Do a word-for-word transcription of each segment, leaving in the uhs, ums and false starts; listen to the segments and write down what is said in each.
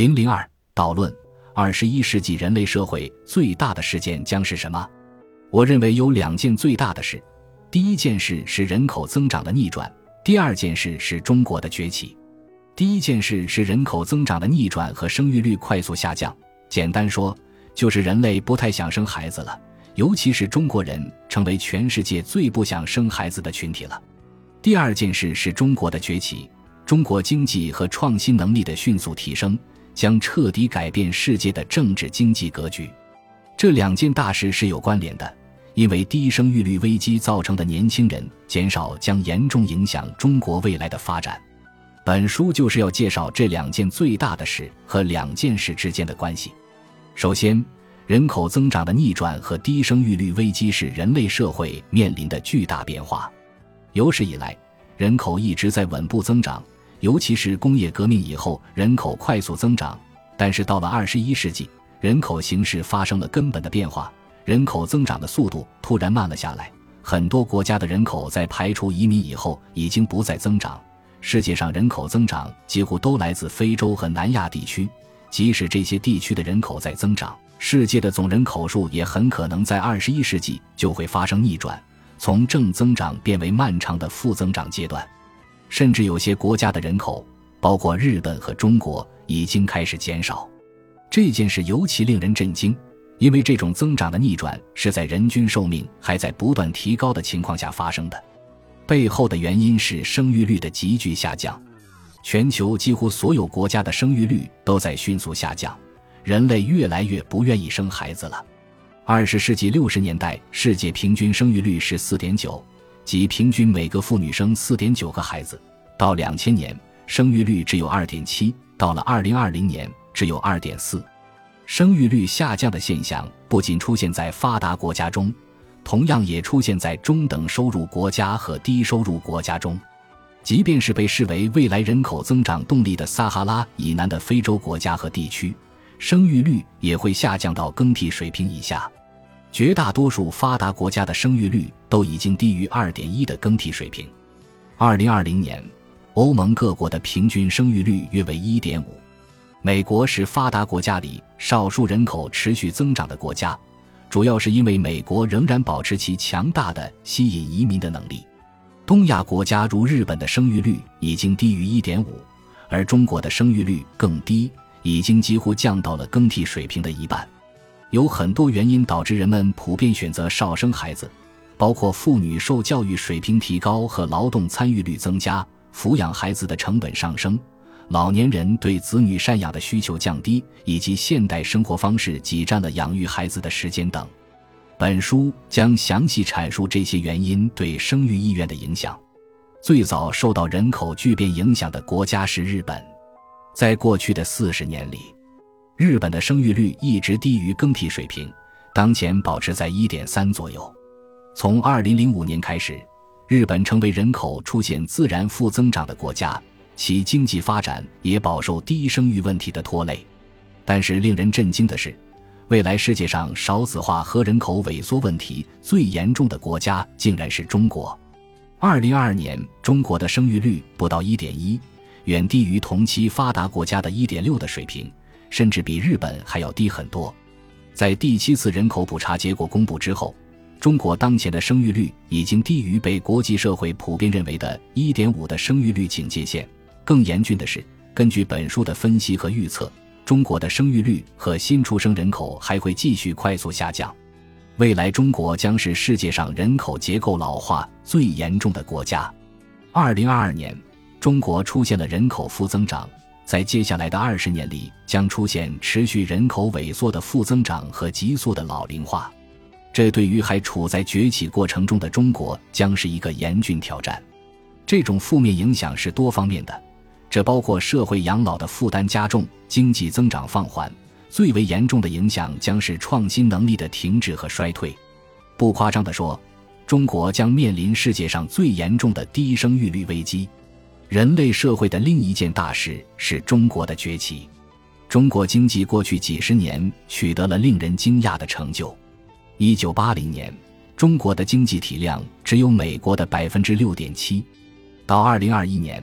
零零二导论：二十一世纪人类社会最大的事件将是什么？我认为有两件最大的事，第一件事是人口增长的逆转，第二件事是中国的崛起。第一件事是人口增长的逆转和生育率快速下降，简单说，就是人类不太想生孩子了，尤其是中国人成为全世界最不想生孩子的群体了。第二件事是中国的崛起，中国经济和创新能力的迅速提升，将彻底改变世界的政治经济格局。这两件大事是有关联的，因为低生育率危机造成的年轻人减少将严重影响中国未来的发展。本书就是要介绍这两件最大的事和两件事之间的关系。首先，人口增长的逆转和低生育率危机是人类社会面临的巨大变化。有史以来，人口一直在稳步增长，尤其是工业革命以后，人口快速增长。但是到了二十一世纪，人口形势发生了根本的变化，人口增长的速度突然慢了下来。很多国家的人口在排除移民以后已经不再增长，世界上人口增长几乎都来自非洲和南亚地区。即使这些地区的人口在增长，世界的总人口数也很可能在二十一世纪就会发生逆转，从正增长变为漫长的负增长阶段。甚至有些国家的人口，包括日本和中国，已经开始减少。这件事尤其令人震惊，因为这种增长的逆转是在人均寿命还在不断提高的情况下发生的。背后的原因是生育率的急剧下降。全球几乎所有国家的生育率都在迅速下降，人类越来越不愿意生孩子了。二十世纪六十年代，世界平均生育率是 四点九， 即平均每个妇女生 四点九 个孩子。到两千年，生育率只有 二点七， 到了二零二零年只有 二点四。 生育率下降的现象不仅出现在发达国家中，同样也出现在中等收入国家和低收入国家中。即便是被视为未来人口增长动力的撒哈拉以南的非洲国家和地区，生育率也会下降到更替水平以下。绝大多数发达国家的生育率都已经低于 二点一 的更替水平。二零二零年，欧盟各国的平均生育率约为 一点五。 美国是发达国家里少数人口持续增长的国家，主要是因为美国仍然保持其强大的吸引移民的能力。东亚国家如日本的生育率已经低于 一点五， 而中国的生育率更低，已经几乎降到了更替水平的一半。有很多原因导致人们普遍选择少生孩子，包括妇女受教育水平提高和劳动参与率增加，抚养孩子的成本上升，老年人对子女赡养的需求降低，以及现代生活方式挤占了养育孩子的时间等。本书将详细阐述这些原因对生育意愿的影响。最早受到人口巨变影响的国家是日本。在过去的四十年里，日本的生育率一直低于更替水平，当前保持在 一点三 左右。从二零零五年开始，日本成为人口出现自然负增长的国家，其经济发展也饱受低生育问题的拖累。但是令人震惊的是，未来世界上少子化和人口萎缩问题最严重的国家竟然是中国。二零二二年，中国的生育率不到 一点一， 远低于同期发达国家的 一点六 的水平，甚至比日本还要低很多。在第七次人口普查结果公布之后，中国当前的生育率已经低于被国际社会普遍认为的 一点五 的生育率警戒线。更严峻的是，根据本书的分析和预测，中国的生育率和新出生人口还会继续快速下降。未来中国将是世界上人口结构老化最严重的国家。二零二二年，中国出现了人口负增长，在接下来的二十年里将出现持续人口萎缩的负增长和急速的老龄化。这对于还处在崛起过程中的中国将是一个严峻挑战。这种负面影响是多方面的，这包括社会养老的负担加重，经济增长放缓，最为严重的影响将是创新能力的停滞和衰退。不夸张地说，中国将面临世界上最严重的低生育率危机。人类社会的另一件大事是中国的崛起。中国经济过去几十年取得了令人惊讶的成就。一九八零年，中国的经济体量只有美国的 百分之六点七， 到二零二一年，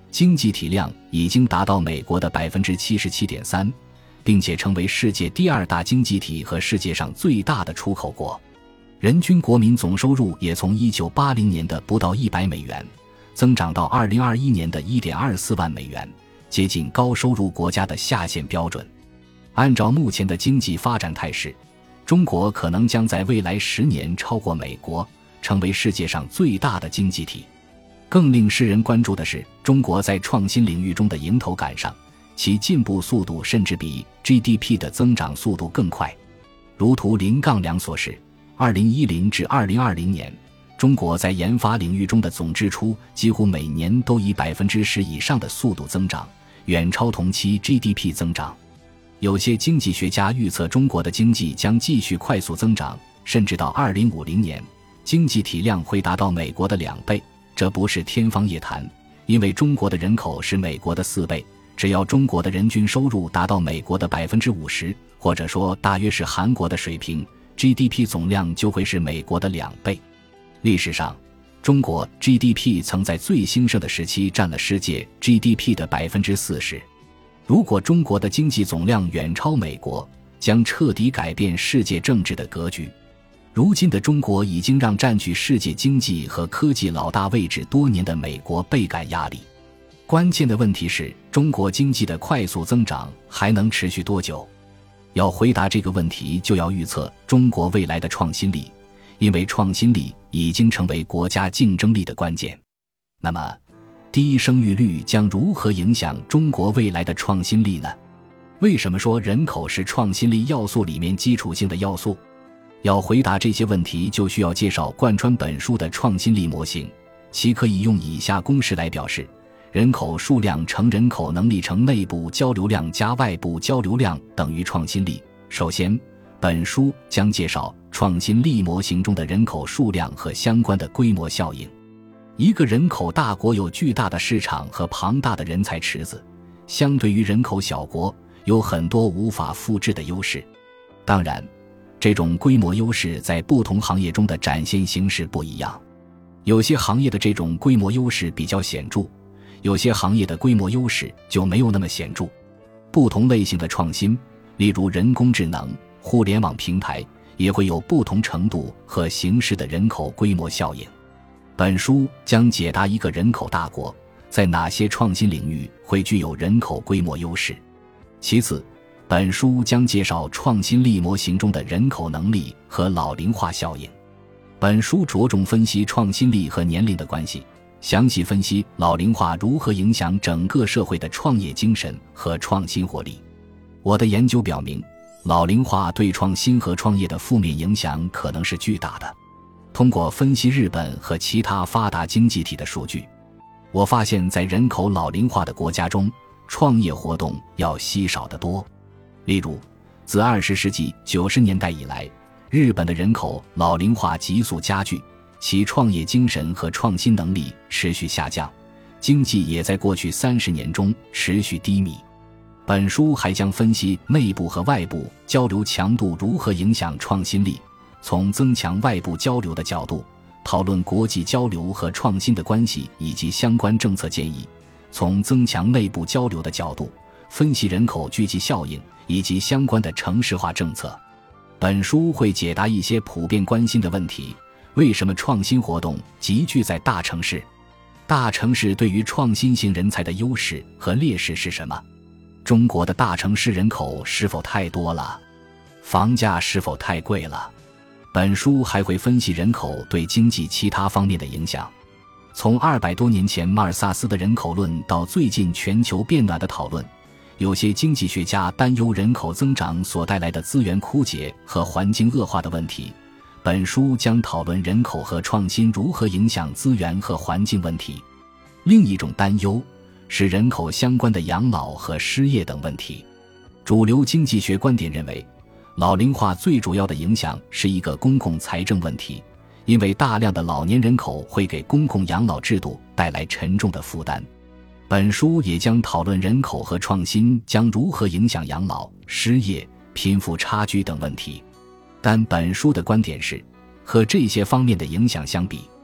经济体量已经达到美国的 百分之七十七点三， 并且成为世界第二大经济体和世界上最大的出口国。人均国民总收入也从一九八零年的不到一百美元增长到二零二一年的 一点二四万美元，接近高收入国家的下限标准。按照目前的经济发展态势，中国可能将在未来十年超过美国，成为世界上最大的经济体。更令世人关注的是，中国在创新领域中的迎头赶上，其进步速度甚至比 G D P 的增长速度更快。如图零杠两所示，二零一零至二零二零年，中国在研发领域中的总支出几乎每年都以 百分之十 以上的速度增长，远超同期 G D P 增长。有些经济学家预测中国的经济将继续快速增长，甚至到二零五零年，经济体量会达到美国的两倍。这不是天方夜谭，因为中国的人口是美国的四倍，只要中国的人均收入达到美国的 百分之五十， 或者说大约是韩国的水平， G D P 总量就会是美国的两倍。历史上，中国 G D P 曾在最兴盛的时期占了世界 G D P 的 百分之四十。 如果中国的经济总量远超美国，将彻底改变世界政治的格局。如今的中国已经让占据世界经济和科技老大位置多年的美国倍感压力。关键的问题是，中国经济的快速增长还能持续多久？要回答这个问题，就要预测中国未来的创新力，因为创新力已经成为国家竞争力的关键。那么，低生育率将如何影响中国未来的创新力呢？为什么说人口是创新力要素里面基础性的要素？要回答这些问题，就需要介绍贯穿本书的创新力模型，其可以用以下公式来表示：人口数量乘人口能力乘内部交流量加外部交流量等于创新力。首先，本书将介绍创新力模型中的人口数量和相关的规模效应。一个人口大国有巨大的市场和庞大的人才池子，相对于人口小国，有很多无法复制的优势。当然，这种规模优势在不同行业中的展现形式不一样，有些行业的这种规模优势比较显著，有些行业的规模优势就没有那么显著。不同类型的创新，例如人工智能、互联网平台，也会有不同程度和形式的人口规模效应。本书将解答一个人口大国在哪些创新领域会具有人口规模优势。其次，本书将介绍创新力模型中的人口能力和老龄化效应。本书着重分析创新力和年龄的关系，详细分析老龄化如何影响整个社会的创业精神和创新活力。我的研究表明，老龄化对创新和创业的负面影响可能是巨大的。通过分析日本和其他发达经济体的数据，我发现在人口老龄化的国家中，创业活动要稀少得多。例如，自二十世纪九十年代以来，日本的人口老龄化急速加剧，其创业精神和创新能力持续下降，经济也在过去三十年中持续低迷。本书还将分析内部和外部交流强度如何影响创新力，从增强外部交流的角度讨论国际交流和创新的关系以及相关政策建议，从增强内部交流的角度分析人口聚集效应以及相关的城市化政策。本书会解答一些普遍关心的问题：为什么创新活动集聚在大城市？大城市对于创新型人才的优势和劣势是什么？中国的大城市人口是否太多了？房价是否太贵了？本书还会分析人口对经济其他方面的影响，从二百多年前马尔萨斯的人口论到最近全球变暖的讨论，有些经济学家担忧人口增长所带来的资源枯竭和环境恶化的问题。本书将讨论人口和创新如何影响资源和环境问题。另一种担忧是人口相关的养老和失业等问题。主流经济学观点认为，老龄化最主要的影响是一个公共财政问题，因为大量的老年人口会给公共养老制度带来沉重的负担。本书也将讨论人口和创新将如何影响养老、失业、贫富差距等问题。但本书的观点是，和这些方面的影响相比，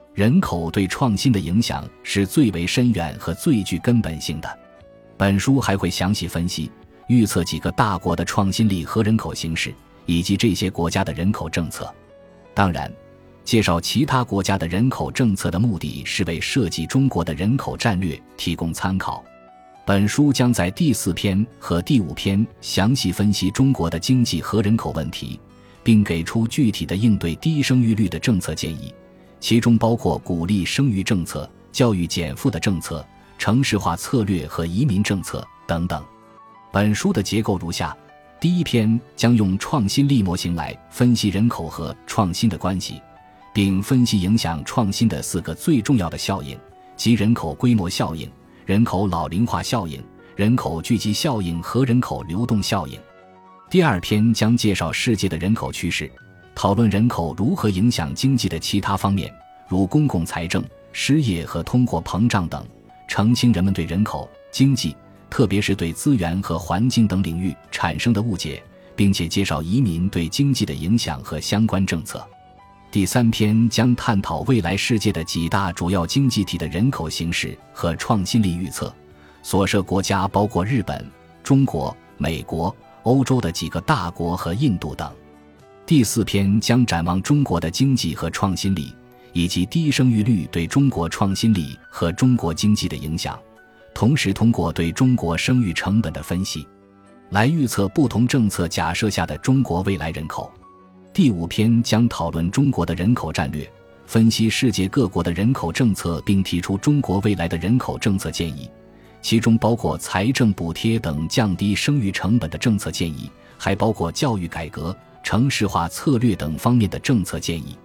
人口对创新的影响是最为深远和最具根本性的。本书还会详细分析预测几个大国的创新力和人口形势，以及这些国家的人口政策。当然，介绍其他国家的人口政策的目的是为设计中国的人口战略提供参考。本书将在第四篇和第五篇详细分析中国的经济和人口问题，并给出具体的应对低生育率的政策建议，其中包括鼓励生育政策、教育减负的政策、城市化策略和移民政策等等。本书的结构如下：第一篇将用创新力模型来分析人口和创新的关系，并分析影响创新的四个最重要的效应，即人口规模效应、人口老龄化效应、人口聚集效应和人口流动效应。第二篇将介绍世界的人口趋势，讨论人口如何影响经济的其他方面，如公共财政、失业和通货膨胀等，澄清人们对人口、经济，特别是对资源和环境等领域产生的误解，并且介绍移民对经济的影响和相关政策。第三篇将探讨未来世界的几大主要经济体的人口形势和创新力预测，所涉国家包括日本、中国、美国、欧洲的几个大国和印度等。第四篇将展望中国的经济和创新力，以及低生育率对中国创新力和中国经济的影响，同时通过对中国生育成本的分析，来预测不同政策假设下的中国未来人口。第五篇将讨论中国的人口战略，分析世界各国的人口政策，并提出中国未来的人口政策建议，其中包括财政补贴等降低生育成本的政策建议，还包括教育改革、城市化策略等方面的政策建议。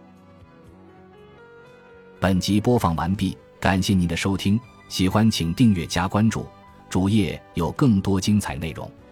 本集播放完毕，感谢您的收听，喜欢请订阅加关注，主页有更多精彩内容。